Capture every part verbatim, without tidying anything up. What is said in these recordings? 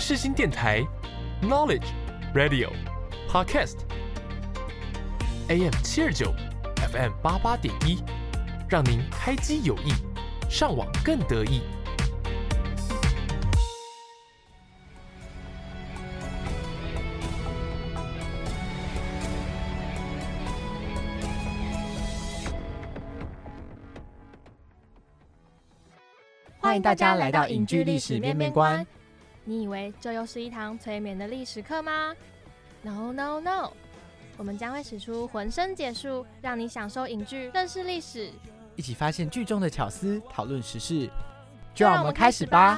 世新电台 Knowledge Radio Podcast A M 七二九 F M 八八点一，让您开机有益，上网更得意。 欢迎大家来到影剧历史面面观。 你以为这又是一堂催眠的历史课吗？ No No No， 我们将会使出浑身解数，让你享受影剧，认识历史， 一起发现剧中的巧思，讨论时事。就让我们开始吧。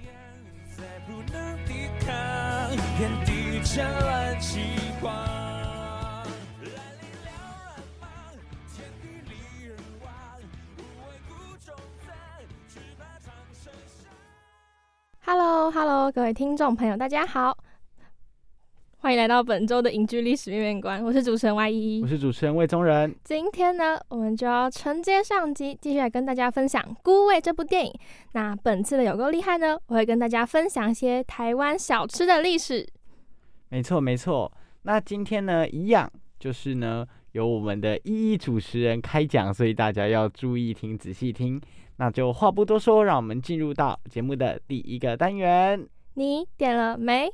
Hello Hello， 各位听众朋友，大家好，欢迎来到本周的影剧历史面面观。我是主持人 Y 一一， 我是主持人魏宗仁。 今天呢，我们就要承接上集，继续来跟大家分享《孤味》这部电影。那本次的有够厉害呢，我会跟大家分享一些台湾小吃的历史。 没错没错，那今天呢，一样就是呢，由我们的一一主持人开讲，所以大家要注意听，仔细听。那就话不多说，让我们进入到节目的第一个单元。 你点了没？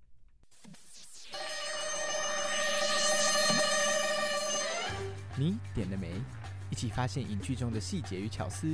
你点了没？一起发现影剧中的细节与巧思。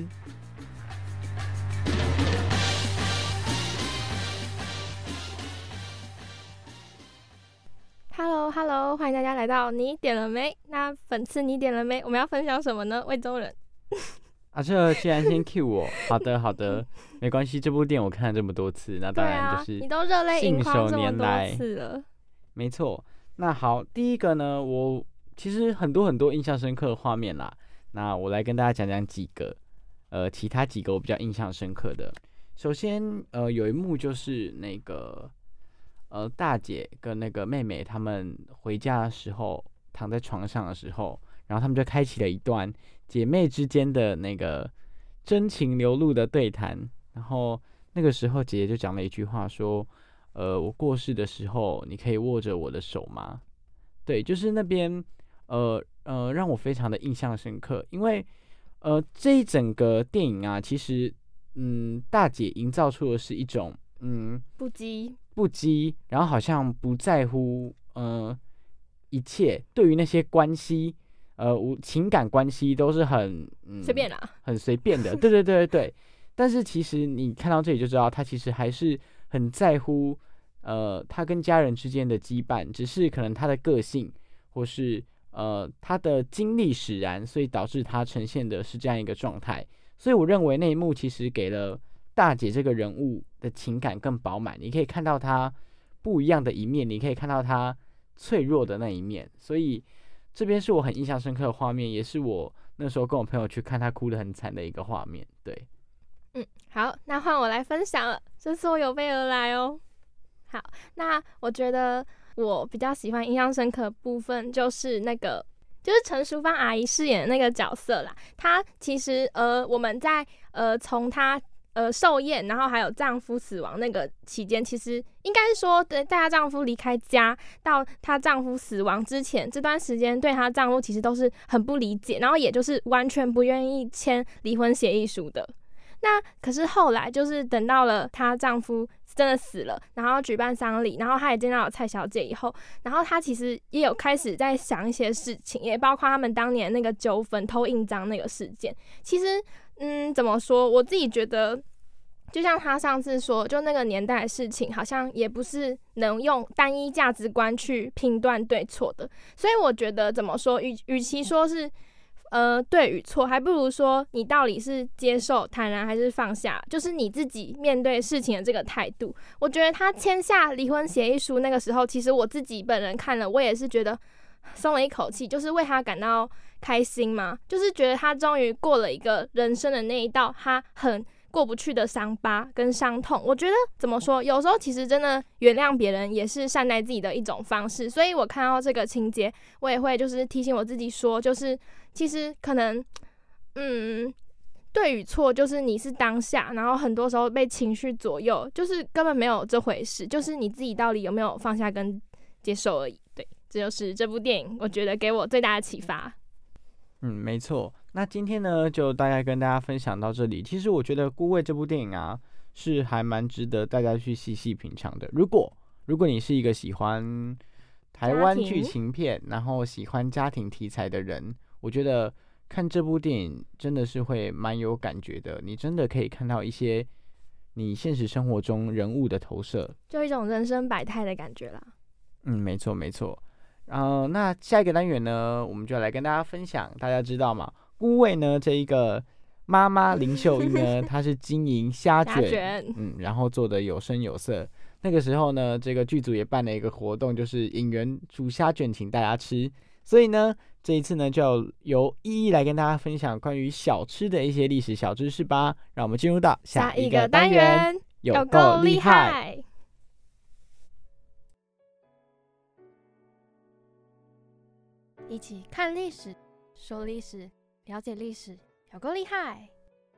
Hello Hello， 欢迎大家来到你点了没？那本次你点了没？我们要分享什么呢？魏宗仁。 啊，这既然先 cue 我，好的好的，没关系。这部电影我看了这么多次，那当然就是你都热泪盈眶这么多来次了。 没错。那好，第一个呢，我其实很多很多印象深刻的画面啦。那我来跟大家讲讲几个，呃，其他几个我比较印象深刻的。首先，呃，有一幕就是那个，呃，大姐跟那个妹妹他们回家的时候，躺在床上的时候，然后他们就开启了一段姐妹之间的那个真情流露的对谈。然后那个时候姐姐就讲了一句话说，呃，我过世的时候你可以握着我的手吗？对，就是那边呃呃让我非常的印象深刻。因为呃这一整个电影啊，其实嗯大姐营造出的是一种嗯不羁不羁，然后好像不在乎呃一切，对于那些关系呃，情感关系都是很嗯随便啦， 很随便的，对对对对对。但是其实你看到这里就知道，他其实还是很在乎呃他跟家人之间的羁绊，只是可能他的个性或是呃他的经历使然，所以导致他呈现的是这样一个状态。所以我认为那一幕其实给了大姐这个人物的情感更饱满，你可以看到他不一样的一面，你可以看到他脆弱的那一面，所以这边是我很印象深刻的画面，也是我那时候跟我朋友去看他哭得很惨的一个画面。对， 嗯，好，那换我来分享了，这次我有备而来哦。好，那我觉得我比较喜欢印象深刻的部分就是那个就是陈淑芳阿姨饰演的那个角色啦。她其实呃我们在呃从她呃，寿宴，然后还有丈夫死亡那个期间，其实应该是说，对，在她丈夫离开家到她丈夫死亡之前这段时间，对她丈夫其实都是很不理解，然后也就是完全不愿意签离婚协议书的。那可是后来就是等到了她丈夫真的死了，然后举办丧礼，然后她也见到了蔡小姐以后，然后她其实也有开始在想一些事情，也包括他们当年那个纠纷偷印章那个事件。其实嗯，怎么说？我自己觉得，就像他上次说，就那个年代的事情，好像也不是能用单一价值观去评断对错的。所以我觉得，怎么说？与与其说是呃对与错，还不如说你到底是接受、坦然还是放下，就是你自己面对事情的这个态度。我觉得他签下离婚协议书那个时候，其实我自己本人看了，我也是觉得松了一口气，就是为他感到开心嘛，就是觉得他终于过了一个人生的那一道他很过不去的伤疤跟伤痛。我觉得怎么说，有时候其实真的原谅别人也是善待自己的一种方式。所以我看到这个情节，我也会就是提醒我自己说，就是其实可能嗯对与错就是你是当下，然后很多时候被情绪左右，就是根本没有这回事，就是你自己到底有没有放下跟接受而已。对，这就是这部电影我觉得给我最大的启发。 嗯，没错。那今天呢，就大概跟大家分享到这里。其实我觉得《孤味》这部电影啊，是还蛮值得大家去细细品尝的。如果如果你是一个喜欢台湾剧情片，然后喜欢家庭题材的人，我觉得看这部电影真的是会蛮有感觉的。你真的可以看到一些你现实生活中人物的投射， 就一种人生百态的感觉啦。 嗯，没错没错。然后那下一个单元呢，我们就来跟大家分享。大家知道吗？孤味呢，这一个妈妈林秀英呢，她是经营虾卷， 虾卷嗯，然后做的有声有色。那个时候呢，这个剧组也办了一个活动，就是引援煮虾卷请大家吃。所以呢，这一次呢，就要由依依来跟大家分享关于小吃的一些历史小知识吧。让我们进入到下一个单元，有够厉害！ 一起看历史，说历史，了解历史，有够厉害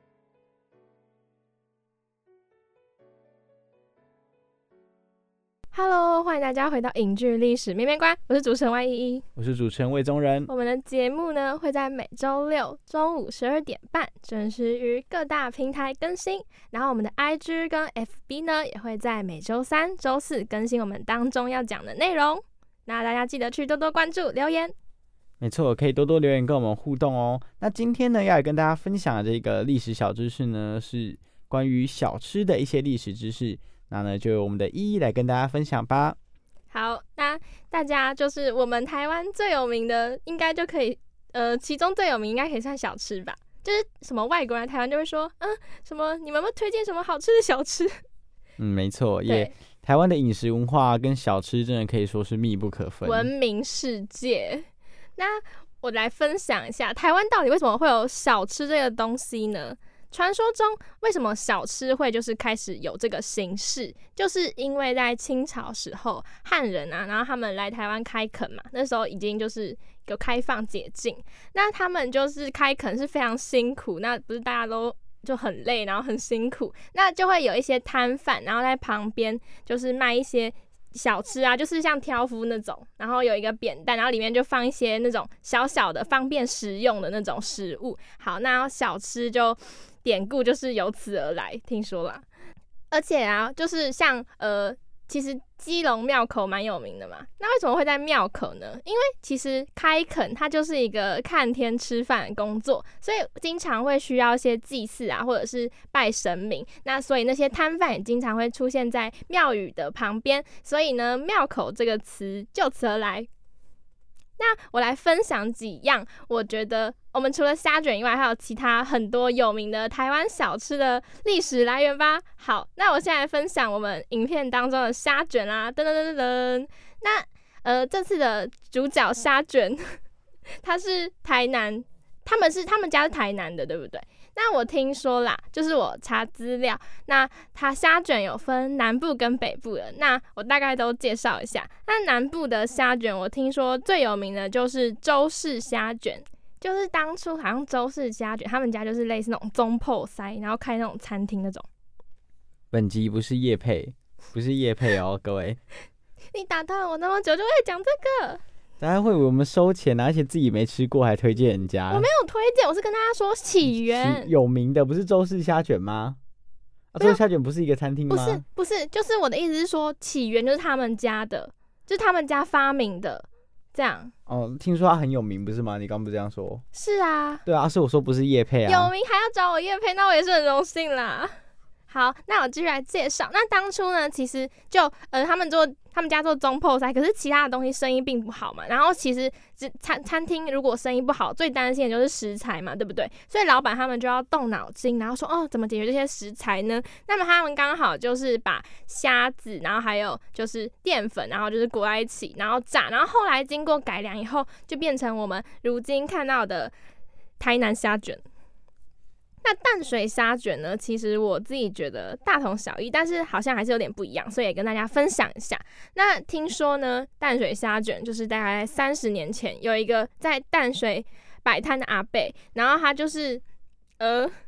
！Hello， 欢迎大家回到影剧历史面面观，我是主持人 Y 依依， 我是主持人魏宗仁。 我们的节目呢会在每周六中午十二点半准时于各大平台更新，然后我们的 I G 跟 F B 呢也会在每周三、周四更新我们当中要讲的内容。那大家记得去多多关注、留言。 没错，可以多多留言跟我们互动哦。那今天呢，要来跟大家分享的这个历史小知识呢，是关于小吃的一些历史知识。那呢，就由我们的依依来跟大家分享吧。 好，那大家就是我们台湾最有名的，应该就可以，呃，其中最有名应该可以算小吃吧。就是什么外国人来台湾就会说，嗯，什么你们有没有推荐什么好吃的小吃？ 嗯，没错，也台湾的饮食文化跟小吃真的可以说是密不可分， 闻名世界。那我来分享一下，台湾到底为什么会有小吃这个东西呢？传说中，为什么小吃会就是开始有这个形式，就是因为在清朝时候，汉人啊，然后他们来台湾开垦嘛，那时候已经就是有开放解禁，那他们就是开垦是非常辛苦，那不是大家都就很累，然后很辛苦，那就会有一些摊贩，然后在旁边就是卖一些小吃啊，就是像挑夫那种，然后有一个扁担，然后里面就放一些那种小小的方便食用的那种食物。好，那小吃就典故就是由此而来，听说啦。而且啊，就是像呃，其实基隆庙口蛮有名的嘛。那为什么会在庙口呢？因为其实开垦它就是一个看天吃饭的工作，所以经常会需要一些祭祀啊，或者是拜神明。那所以那些摊贩也经常会出现在庙宇的旁边，所以呢，庙口这个词就此而来。那我来分享几样，我觉得我们除了虾卷以外，还有其他很多有名的台湾小吃的历史来源吧。好，那我现在来分享我们影片当中的虾卷啦，噔噔噔噔噔。那呃，这次的主角虾卷，他是台南，他们是他们家是台南的，对不对？那我听说啦，就是我查资料，那它虾卷有分南部跟北部的，那我大概都介绍一下。那南部的虾卷，我听说最有名的就是周氏虾卷，就是当初好像周氏虾卷，他们家就是类似那种中破塞，然后开那种餐厅那种。 本集不是业配，不是业配哦，各位。 你打断了我那么久，就会讲这个。 大家会以为我们收钱啊，而且自己没吃过还推荐人家。 我没有推荐，我是跟大家说起源。 有名的不是周氏虾卷吗？啊，周氏虾卷不是一个餐厅吗？ 不是，不是，就是我的意思是说，起源就是他们家的，就是他们家发明的，这样。 哦，听说他很有名，不是吗？你刚不是这样说？ 是啊。 对啊，是我说不是业配啊。 有名还要找我业配，那我也是很荣幸啦。好，那我继续来介绍。那当初呢，其实就呃，他们做他们家做中破塞，可是其他的东西生意并不好嘛。然后其实餐餐厅如果生意不好，最担心的就是食材嘛，对不对？所以老板他们就要动脑筋，然后说哦，怎么解决这些食材呢？那么他们刚好就是把虾子，然后还有就是淀粉，然后就是裹在一起，然后炸，然后后来经过改良以后，就变成我们如今看到的台南虾卷。那淡水虾卷呢？其实我自己觉得大同小异，但是好像还是有点不一样，所以也跟大家分享一下。那听说呢，淡水虾卷就是大概三十年前有一个在淡水摆摊的阿伯，然后他就是呃，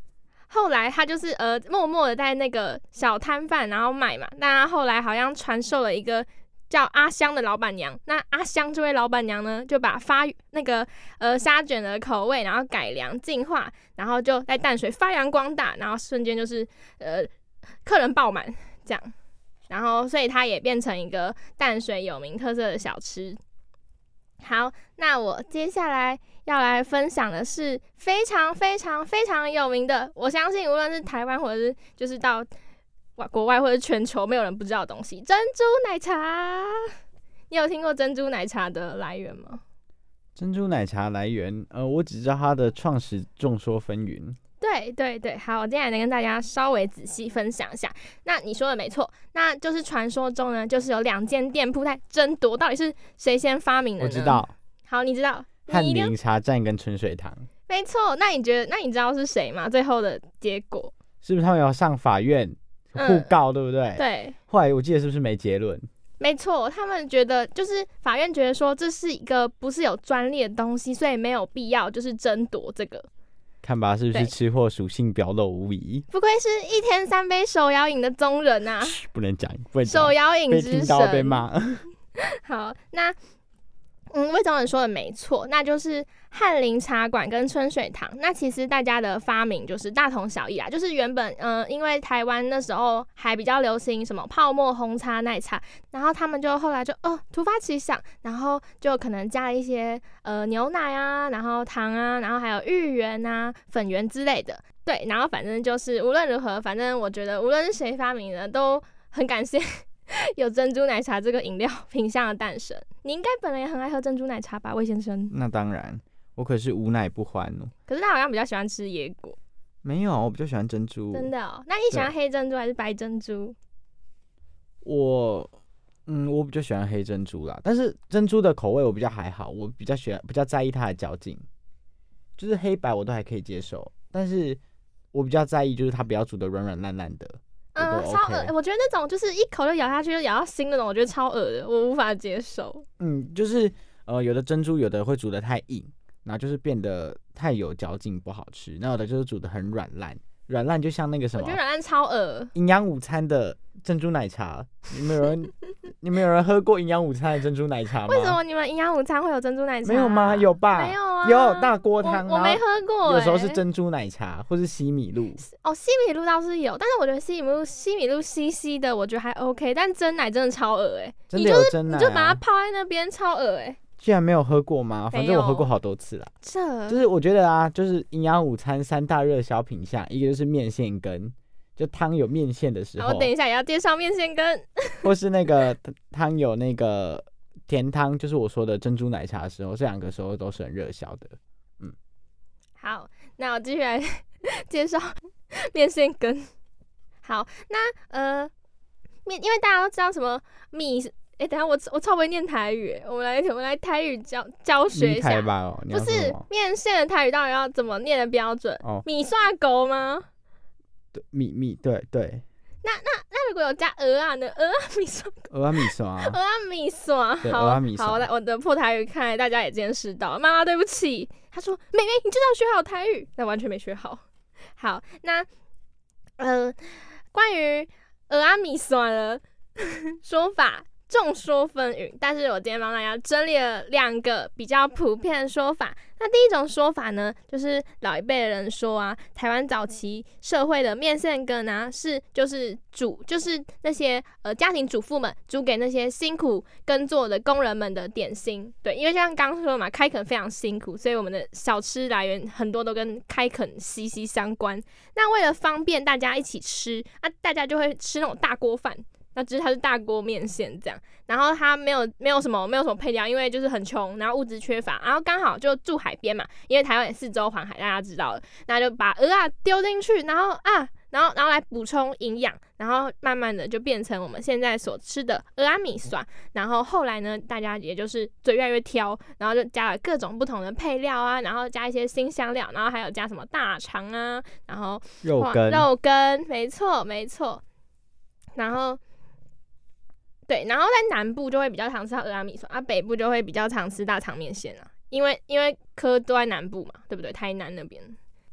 后来他就是呃默默的在那个小摊贩然后卖嘛，但他后来好像传授了一个叫阿香的老板娘，那阿香这位老板娘呢，就把发那个呃虾卷的口味，然后改良进化，然后就在淡水发扬光大，然后瞬间就是呃客人爆满这样，然后所以它也变成一个淡水有名特色的小吃。好，那我接下来要来分享的是非常非常非常有名的，我相信无论是台湾或者是就是到国外或者全球没有人不知道的东西，珍珠奶茶。你有听过珍珠奶茶的来源吗？ 珍珠奶茶来源，呃，我只知道它的创始众说纷纭。 对对对，好，我接下来能跟大家稍微仔细分享一下。那你说的没错，那就是传说中呢，就是有两间店铺在争夺，到底是谁先发明的呢？ 我知道。 好，你知道？ 翰林茶站跟春水堂。 没错，那你觉得？那你知道是谁吗？最后的结果是不是他们有上法院互告，嗯、对不对？ 对。 后来我记得是不是没结论？ 没错，他们觉得就是法院觉得说这是一个不是有专利的东西，所以没有必要就是争夺这个。 看吧，是不是吃货属性表露无遗？ 不愧是一天三杯手摇饮的宗人啊！ 不能讲，不能讲， 手摇饮之神， 被听到被骂。 好，那嗯，魏宗仁说的没错，那就是翰林茶馆跟春水堂。那其实大家的发明就是大同小异啦，就是原本嗯、呃，因为台湾那时候还比较流行什么泡沫红茶奶茶，然后他们就后来就哦突发奇想，然后就可能加了一些呃牛奶啊，然后糖啊，然后还有芋圆啊、粉圆之类的。对，然后反正就是无论如何，反正我觉得无论是谁发明的，都很感谢。有珍珠奶茶这个饮料品项的诞生。你应该本来也很爱喝珍珠奶茶吧，魏先生？ 那当然，我可是无奶不欢哦。 可是他好像比较喜欢吃椰果。 没有，我比较喜欢珍珠。 真的哦？那你喜欢黑珍珠还是白珍珠？ 我，嗯，我比较喜欢黑珍珠啦。但是珍珠的口味我比较还好，我比较喜欢，比较在意它的嚼劲。就是黑白我都还可以接受，但是我比较在意就是它不要煮的软软烂烂的。 嗯，超恶，我觉得那种就是一口就咬下去就咬到心那种，我觉得超恶的，我无法接受。 嗯，就是呃，有的珍珠有的会煮得太硬，然后就是变得太有嚼劲不好吃，那有的就是煮得很软烂，软烂就像那个什么， 我觉得软烂超恶。 营养午餐的珍珠奶茶，你们有人你们有人喝过营养午餐的珍珠奶茶吗？ 为什么你们营养午餐会有珍珠奶茶？ 没有吗？有吧？ 没有啊， 有大锅汤， 我, 我没喝过、欸。 有时候是珍珠奶茶，或是西米露。 哦，西米露倒是有，但是我觉得西米露西米露稀稀的，我觉得还 OK， 但真奶真的超恶哎、欸， 真的有真奶、啊， 你就你就把它泡在那边，超恶哎、欸。 居然没有喝过吗？反正我喝过好多次啦。 这就是我觉得啊，就是营养午餐三大热销品项，一个就是面线羹。就汤有面线的时候， 我等一下也要介绍面线羹， 或是那个汤有那个甜汤，就是我说的珍珠奶茶的时候，这两个时候都是很热销的。嗯， 好，那我继续来介绍面线羹。好，那呃面，因为大家都知道什么米，哎、欸，等一下我我超不会念台语，我们来我们来台语教教学一下。 台吧哦， 不是面线的台语到底要怎么念的标准？ 哦， 米刷狗吗？ 对，米米对对。 那那那如果有加鹅啊呢？鹅啊米刷， 鹅啊米刷， 鹅啊米刷，好， 鹅啊米刷。 好，我的破台语看来大家也见识到，妈妈对不起。他说：“妹妹，你知道学好台语，但完全没学好。”好，那呃，关于鹅啊米刷的说法众说纷纭，但是我今天帮大家整理了两个比较普遍的说法。那第一种说法呢，就是老一辈的人说啊，台湾早期社会的面线羹啊，是就是煮就是那些呃家庭主妇们煮给那些辛苦耕作的工人们的点心。对，因为像刚刚说嘛，开垦非常辛苦，所以我们的小吃来源很多都跟开垦息息相关。那为了方便大家一起吃，啊，大家就会吃那种大锅饭。那只是它是大锅面线这样，然后它没有没有什么没有什么配料，因为就是很穷，然后物资缺乏，然后刚好就住海边嘛，因为台湾也四周环海，大家知道了，那就把鹅啊丢进去，然后啊，然后然后来补充营养，然后慢慢的就变成我们现在所吃的鹅啊米蒜。然后后来呢，大家也就是嘴越来越挑，然后就加了各种不同的配料啊，然后加一些辛香料，然后还有加什么大肠啊，然后肉羹， 肉羹，没错没错，然后。对，然后在南部就会比较常吃到鹅啊米蒜，啊北部就会比较常吃大肠面线啊，因为因为科都在南部嘛，对不对？台南那边。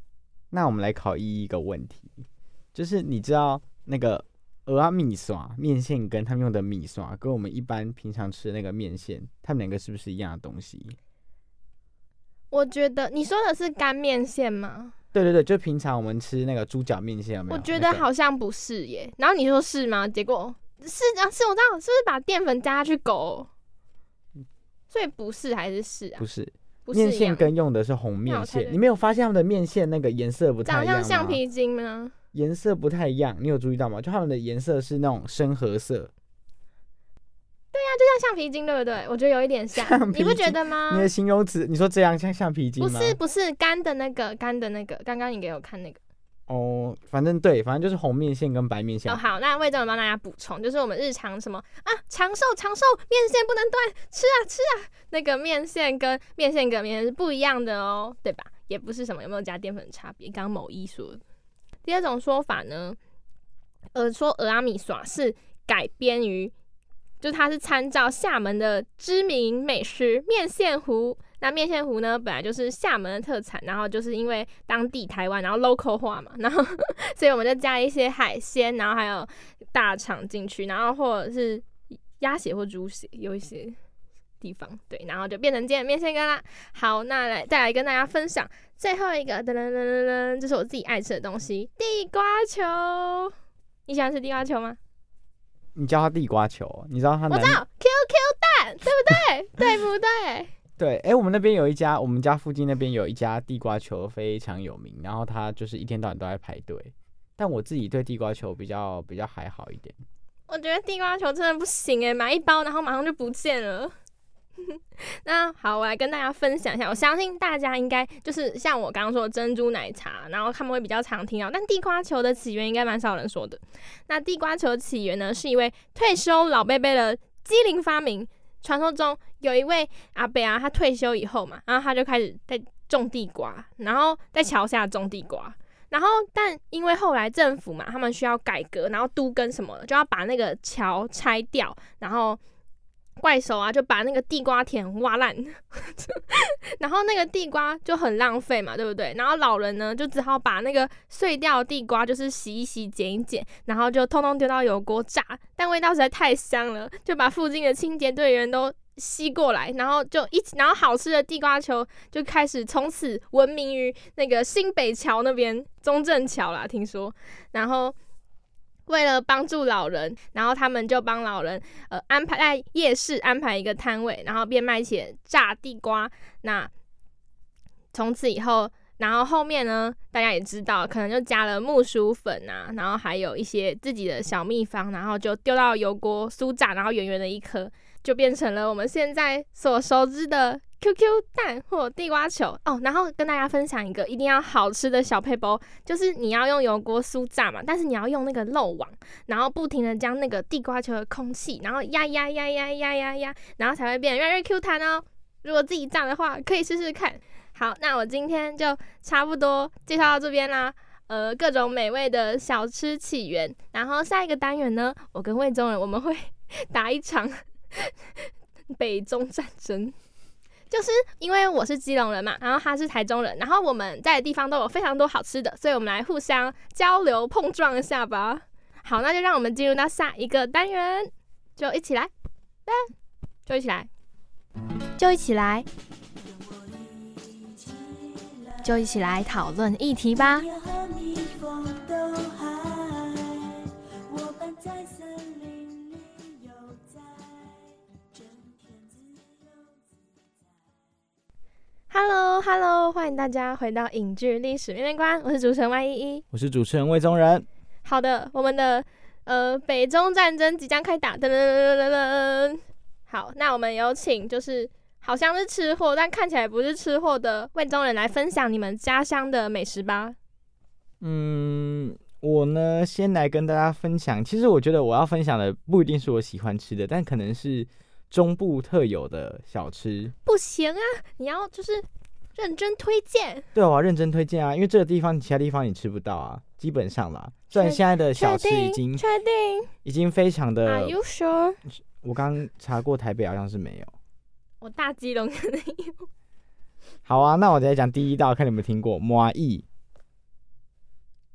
那我们来考一一个问题，就是你知道那个蚵仔米线面线跟他们用的米线，跟我们一般平常吃的那个面线，他们两个是不是一样的东西？ 我觉得你说的是干面线吗？ 对对对，就平常我们吃那个猪脚面线有没有？ 我觉得好像不是耶。然后你说是吗？结果是啊，是我知道，是不是把淀粉加下去勾？所以不是还是是啊？ 不是， 不是一样面线羹用的是红面线。 那我猜对你没有发现他们的面线那个颜色不太长一样吗？ 像橡皮筋吗？ 颜色不太一样，你有注意到吗？就他们的颜色是那种深褐色。 就像橡皮筋，对不对？我觉得有一点像，你不觉得吗？ 你的形容词，你说这样像橡皮筋吗？ 不是不是干的那个干的那个，刚刚你给我看那个。 哦，反正对，反正就是红面线跟白面线。 哦，好，那魏总帮大家补充，就是我们日常什么啊，长寿长寿，面线不能断，吃啊吃啊，那个面线跟面线跟面线是不一样的哦，对吧？也不是什么有没有加淀粉的差别。刚刚某一说的。第二种说法呢，呃，说蚵仔米线是改编于。就是它是参照厦门的知名美食面线糊，那面线糊呢本来就是厦门的特产，然后就是因为当地台湾然后 local 化嘛，然后所以我们就加一些海鲜，然后还有大肠进去，然后或者是鸭血或猪血，有一些地方对，然后就变成今天的面线羹啦。好，那来再来跟大家分享最后一个，噔噔噔噔噔，这是我自己爱吃的东西，地瓜球。你喜欢吃地瓜球吗？ 你叫它地瓜球，你知道它？ 我知道 Q Q 蛋，对不对？对不对？ 对，哎、欸，我们那边有一家，我们家附近那边有一家地瓜球非常有名，然后它就是一天到晚都在排队。但我自己对地瓜球比较比较还好一点。 我觉得地瓜球真的不行哎，买一包然后马上就不见了。那好，我来跟大家分享一下，我相信大家应该就是像我刚刚说的珍珠奶茶，然后他们会比较常听到，但地瓜球的起源应该蛮少人说的。那地瓜球的起源呢，是一位退休老伯伯的机灵发明。传说中有一位阿伯啊，他退休以后嘛，然后他就开始在种地瓜，然后在桥下种地瓜。然后，但因为后来政府嘛，他们需要改革，然后都更什么的，就要把那个桥拆掉，然后。怪手啊，就把那个地瓜田挖烂，然后那个地瓜就很浪费嘛，对不对？然后老人呢，就只好把那个碎掉的地瓜就是洗一洗、剪一剪，然后就通通丢到油锅炸，但味道实在太香了，就把附近的清洁队员都吸过来，然后就一起，然后好吃的地瓜球就开始从此闻名于那个新北桥那边，中正桥啦，听说，然后。为了帮助老人，然后他们就帮老人呃安排在夜市安排一个摊位，然后便卖起炸地瓜。那从此以后，然后后面呢，大家也知道，可能就加了木薯粉啊，然后还有一些自己的小秘方，然后就丢到油锅酥炸，然后圆圆的一颗，就变成了我们现在所熟知的 Q Q 蛋或地瓜球哦。然后跟大家分享一个一定要好吃的小撇步，就是你要用油锅酥炸嘛，但是你要用那个漏网，然后不停的将那个地瓜球的空气，然后压压压压压压压，然后才会变得越来越 Q 弹哦。如果自己炸的话，可以试试看。好，那我今天就差不多介绍到这边啦。呃，各种美味的小吃起源，然后下一个单元呢，我跟魏中人我们会打一场北中战争。就是因为我是基隆人嘛，然后他是台中人，然后我们在的地方都有非常多好吃的，所以我们来互相交流碰撞一下吧。好，那就让我们进入到下一个单元，就一起来，对，就一起来，就一起来，就一起来讨论议题吧。Hello Hello， 欢迎大家回到影剧历史面面观，我是主持人 Y 一一， 我是主持人魏宗仁。 好的，我们的呃北中战争即将开打，噔噔噔噔噔。好，那我们有请就是好像是吃货，但看起来不是吃货的魏宗仁来分享你们家乡的美食吧。 嗯，我呢先来跟大家分享，其实我觉得我要分享的不一定是我喜欢吃的，但可能是中部特有的小吃。 不行啊，你要就是认真推荐。 对，我要认真推荐啊，因为这个地方其他地方你吃不到啊，基本上啦。虽然现在的小吃已经确定已经非常的 Are you sure？ 我刚查过台北好像是没有， 我大基隆可能有。 好啊，那我再讲第一道，看你有没有听过麻薏。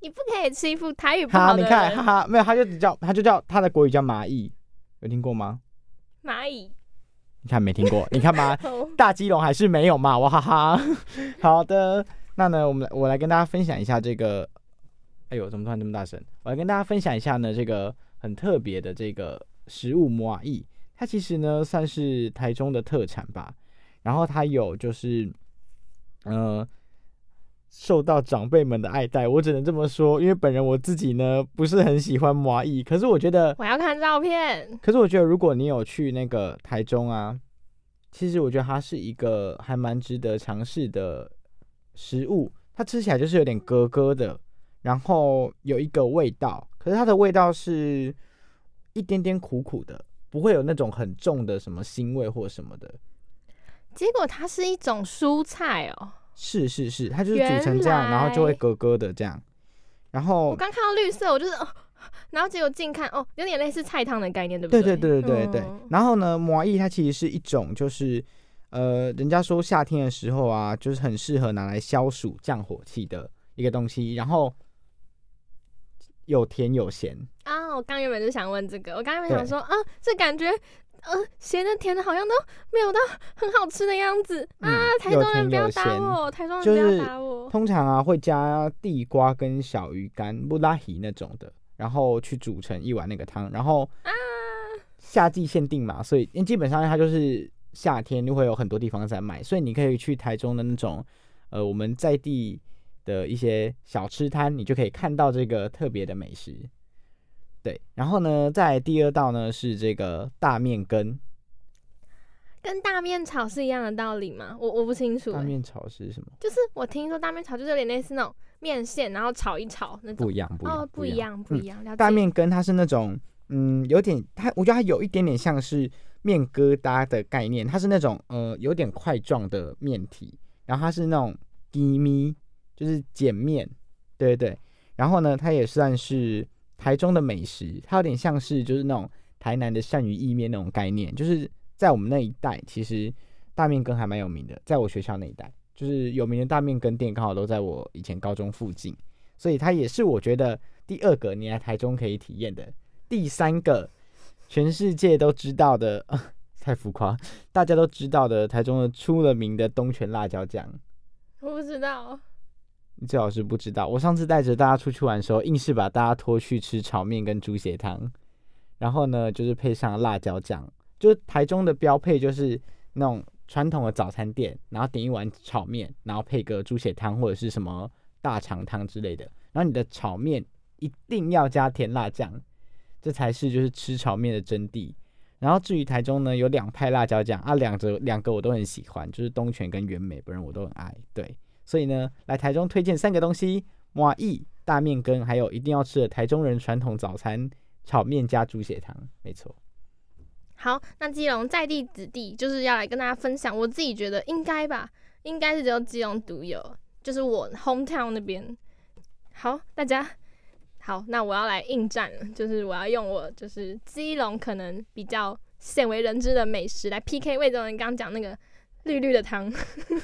你不可以欺负台语不好， 好的人。 你看，哈哈，没有，他就只叫他就叫他的国语叫蚂蚁，有听过吗？ 蚂蚁， 你看没听过？你看吧， 哦大基隆还是没有嘛，哇哈哈。好的，那呢，我们我来跟大家分享一下这个，哎呦，怎么突然这么大声？我来跟大家分享一下呢，这个很特别的这个食物麻薏，它其实呢算是台中的特产吧。然后它有就是，呃，受到长辈们的爱戴，我只能这么说，因为本人我自己呢不是很喜欢麻薏，可是我觉得， 我要看照片。 可是我觉得如果你有去那个台中啊，其实我觉得它是一个还蛮值得尝试的食物，它吃起来就是有点咯咯的，然后有一个味道，可是它的味道是一点点苦苦的，不会有那种很重的什么腥味或什么的。 结果它是一种蔬菜哦。 是是是，它就是煮成这样，然后就会咯咯的这样。然后我刚看到绿色，我就是哦，然后结果近看哦，有点类似菜汤的概念，对不对对？ 对对对对对。 嗯、 然后呢，麻薏它其实是一种，就是呃，人家说夏天的时候啊，就是很适合拿来消暑降火气的一个东西。然后有甜有咸啊，我刚原本就想问这个，我刚原本想说啊，这感觉。呃，咸的甜的好像都没有到很好吃的样子、嗯、啊！台中人不要打我，台中人不要打我。 就是、通常啊会加地瓜跟小鱼干、布拉希那种的，然后去煮成一碗那个汤，然后啊，夏季限定嘛，所以因为基本上它就是夏天就会有很多地方在卖，所以你可以去台中的那种呃我们在地的一些小吃摊，你就可以看到这个特别的美食。对，然后呢，再来第二道呢是这个大面羹， 跟大面炒是一样的道理吗？我我不清楚、欸。 大面炒是什么？ 就是我听说大面炒就是有点类似那种面线，然后炒一炒那种。 不一样，不一样， 哦，不一样，不一样。 嗯、大面羹它是那种，嗯，有点它，我觉得它有一点点像是面疙瘩的概念，它是那种呃有点块状的面体，然后它是那种低咪，就是碱面，对对对。然后呢，它也算是台中的美食，它有点像是就是那种台南的鳝鱼意面那种概念，就是在我们那一带，其实大面羹还蛮有名的，在我学校那一带，就是有名的大面羹店刚好都在我以前高中附近，所以它也是我觉得第二个你来台中可以体验的。第三个，全世界都知道的，呃、太浮夸，大家都知道的台中的出了名的东泉辣椒酱。 我不知道。 你最好是不知道，我上次带着大家出去玩的时候，硬是把大家拖去吃炒面跟猪血汤，然后呢，就是配上辣椒酱，就是台中的标配，就是那种传统的早餐店，然后点一碗炒面，然后配个猪血汤或者是什么大肠汤之类的，然后你的炒面一定要加甜辣酱，这才是就是吃炒面的真谛。然后至于台中呢，有两派辣椒酱啊，两个两个我都很喜欢，就是东泉跟原美，本人我都很爱，对。所以呢，来台中推荐三个东西：麻薏、大面羹，还有一定要吃的台中人传统早餐炒面加猪血汤。没错。 好，那基隆在地子弟就是要来跟大家分享，我自己觉得应该吧，应该是只有基隆独有，就是我 hometown 那边。好，大家好，那我要来应战了，就是我要用我就是基隆可能比较鲜为人知的美食来 P K 魏总人刚刚讲那个绿绿的汤。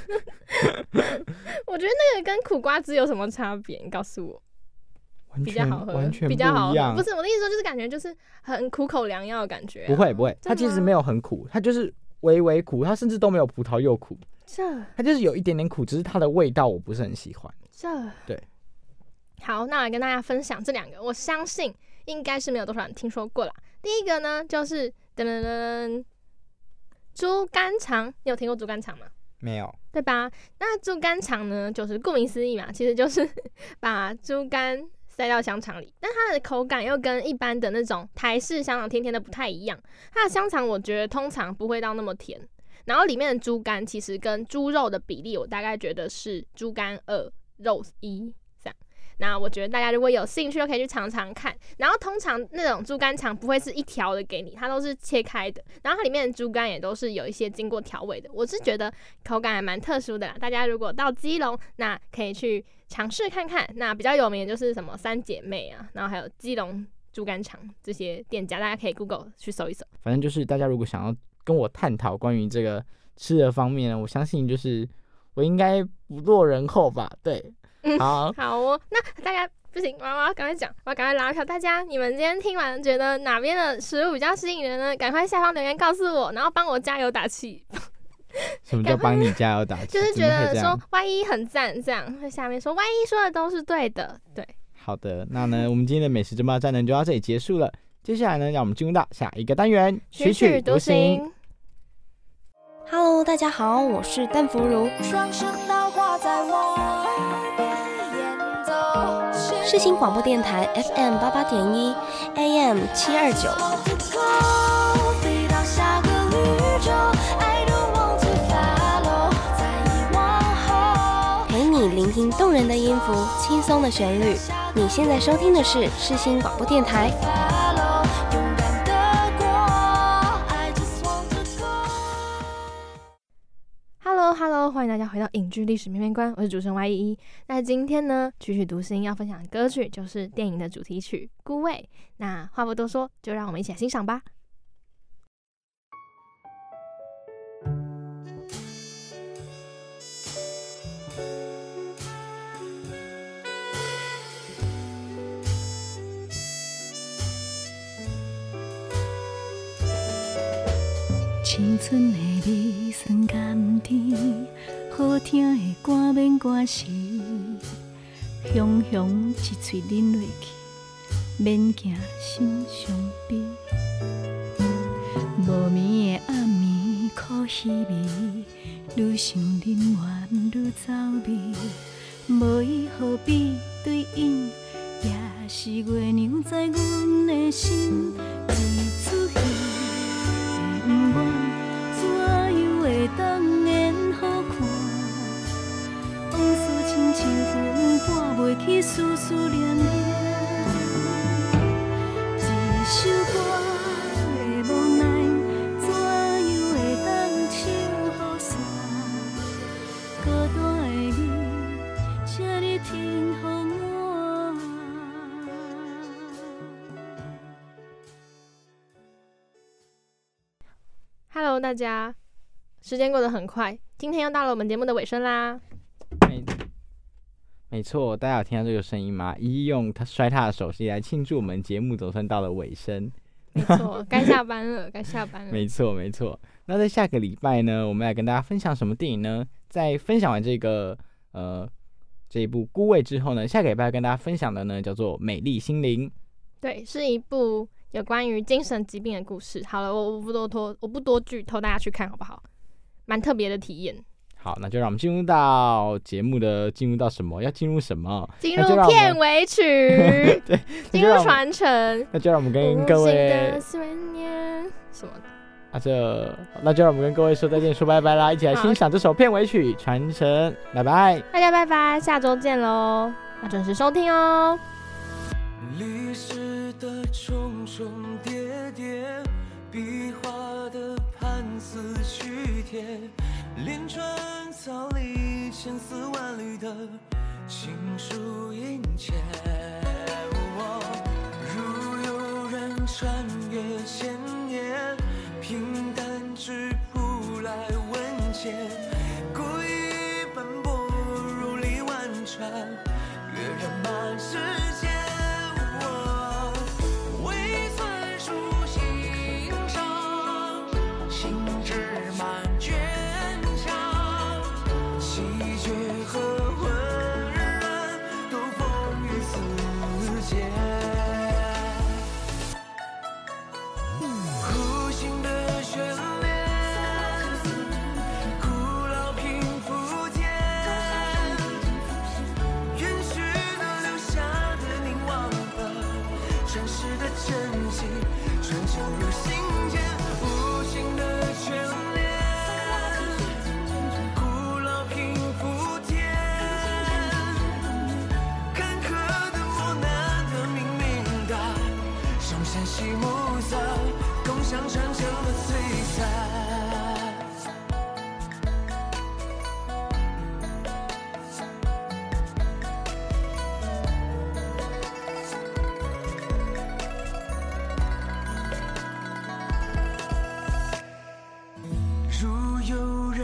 我觉得那个跟苦瓜汁有什么差别？你告诉我。比较好喝， 完全比较好喝。 不是我的意思说，就是感觉就是很苦口良药的感觉、啊。 不会不会，它其实没有很苦，它就是微微苦，它甚至都没有葡萄柚苦。 这它就是有一点点苦，只是它的味道我不是很喜欢。 这对。 好，那我来跟大家分享这两个，我相信应该是没有多少人听说过啦。第一个呢，就是噔噔噔，猪肝肠，你有听过猪肝肠吗？ 没有， 对吧？那猪肝肠呢，就是顾名思义嘛，其实就是把猪肝塞到香肠里，但它的口感又跟一般的那种台式香肠甜甜的不太一样。它的香肠我觉得通常不会到那么甜，然后里面的猪肝其实跟猪肉的比例，我大概觉得是猪肝二肉一这样。那我觉得大家如果有兴趣，都可以去尝尝看。然后通常那种猪肝肠不会是一条的给你，它都是切开的，然后它里面的猪肝也都是有一些经过调味的。我是觉得口感还蛮特殊的啦，大家如果到基隆，那可以去尝试看看。那比较有名的就是什么三姐妹啊，然后还有基隆猪肝肠这些店家，大家可以 Google 去搜一搜。 反正就是大家如果想要跟我探讨关于这个吃的方面呢，我相信就是我应该不落人后吧。对，好， 好哦。那大家不行，我要我要赶快讲，我要赶快拉票。大家，你们今天听完觉得哪边的食物比较吸引人呢？赶快下方留言告诉我，然后帮我加油打气。 什么叫帮你加油打气？ 就是觉得说 Y 一很赞，这样在下面说 Y 一说的都是对的，对。 好的，那呢，我们今天的美食争霸战呢就到这里结束了。接下来呢，让我们进入到下一个单元， 曲曲独行。 Hello， 大家好，我是邓福如。双声道挂在我耳边演奏。世新广播电台 F M 八八点一 A M 七二九。飞到下个宇宙 ，I don't want to follow， 在遗忘后，陪你聆听动人的音符，轻松的旋律。你现在收听的是世新广播电台。 Hello Hello， 欢迎大家回到影剧历史面面观，我是主持人 Y 一。那今天呢，曲曲独行要分享的歌曲就是电影的主题曲《孤味》。那话不多说，就让我们一起来欣赏吧。 青春的味酸甘甜，好听的歌免关时，香香一嘴饮落去，免惊心伤悲。无眠的暗暝苦稀微，愈想忍怨愈走味。无伊何必对应，也是月亮在阮的心一出戏。会当演好看，往事亲像风拨袂起，丝丝恋恋。一首歌的无奈，怎样会当唱好煞？孤单的你，请你听乎我。 Hello， 大家。时间过得很快，今天又到了我们节目的尾声啦。 没没错，大家有听到这个声音吗？一用他摔他的手机来庆祝我们节目总算到了尾声。 没错，该下班了，该下班了。 没错，没错。那在下个礼拜呢，我们来跟大家分享什么电影呢？在分享完这个呃这一部《孤味》之后呢，下个礼拜要跟大家分享的呢叫做《美丽心灵》。 对，是一部有关于精神疾病的故事。好了，我我不多拖，我不多剧透，大家去看好不好？蛮特别的体验。 好，那就让我们进入到节目的进入到什么？要进入什么？ 进入片尾曲。 对， 进入传承。 那就让我们跟各位什么的啊，这那就让我们跟各位说再见，说拜拜啦！一起来欣赏这首片尾曲《传承》，拜拜， 大家拜拜，下周见喽！那准时收听哦。 历史的重重叠叠，笔画的判词曲帖，连川草里千丝万缕的情书殷切。如有人穿越千年，平淡质朴来问笺，故意奔波如历万川，跃然满世界。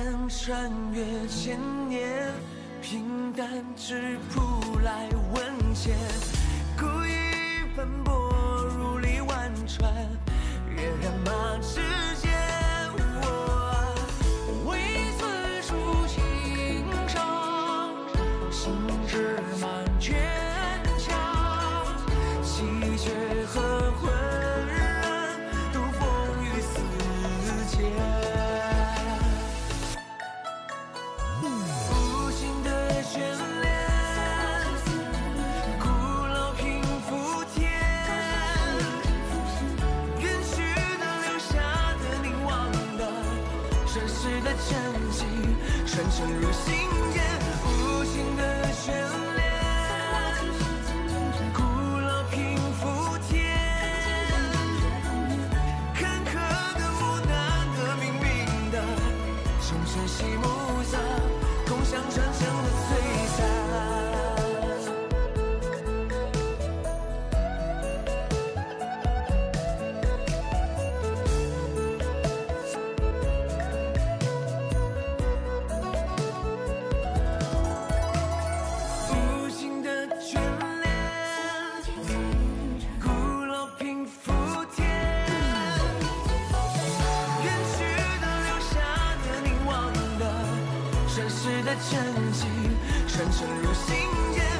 穿越千年，平淡质朴来问前，故意奔波如历万川，跃然马之间。我为此处情伤，心志满坚强，气绝和浑然都风雨四溅。无情的眷恋，古老平伏天，远去的留下的凝望的瞬时的真情，传承入心间。无情的眷恋，古老平伏天，坎坷的无难的冥冥的，众生细目色，共享传承的璀璨。无情的眷恋，古老平伏天，远去的留下的凝望的瞬时的真情，传承入心间。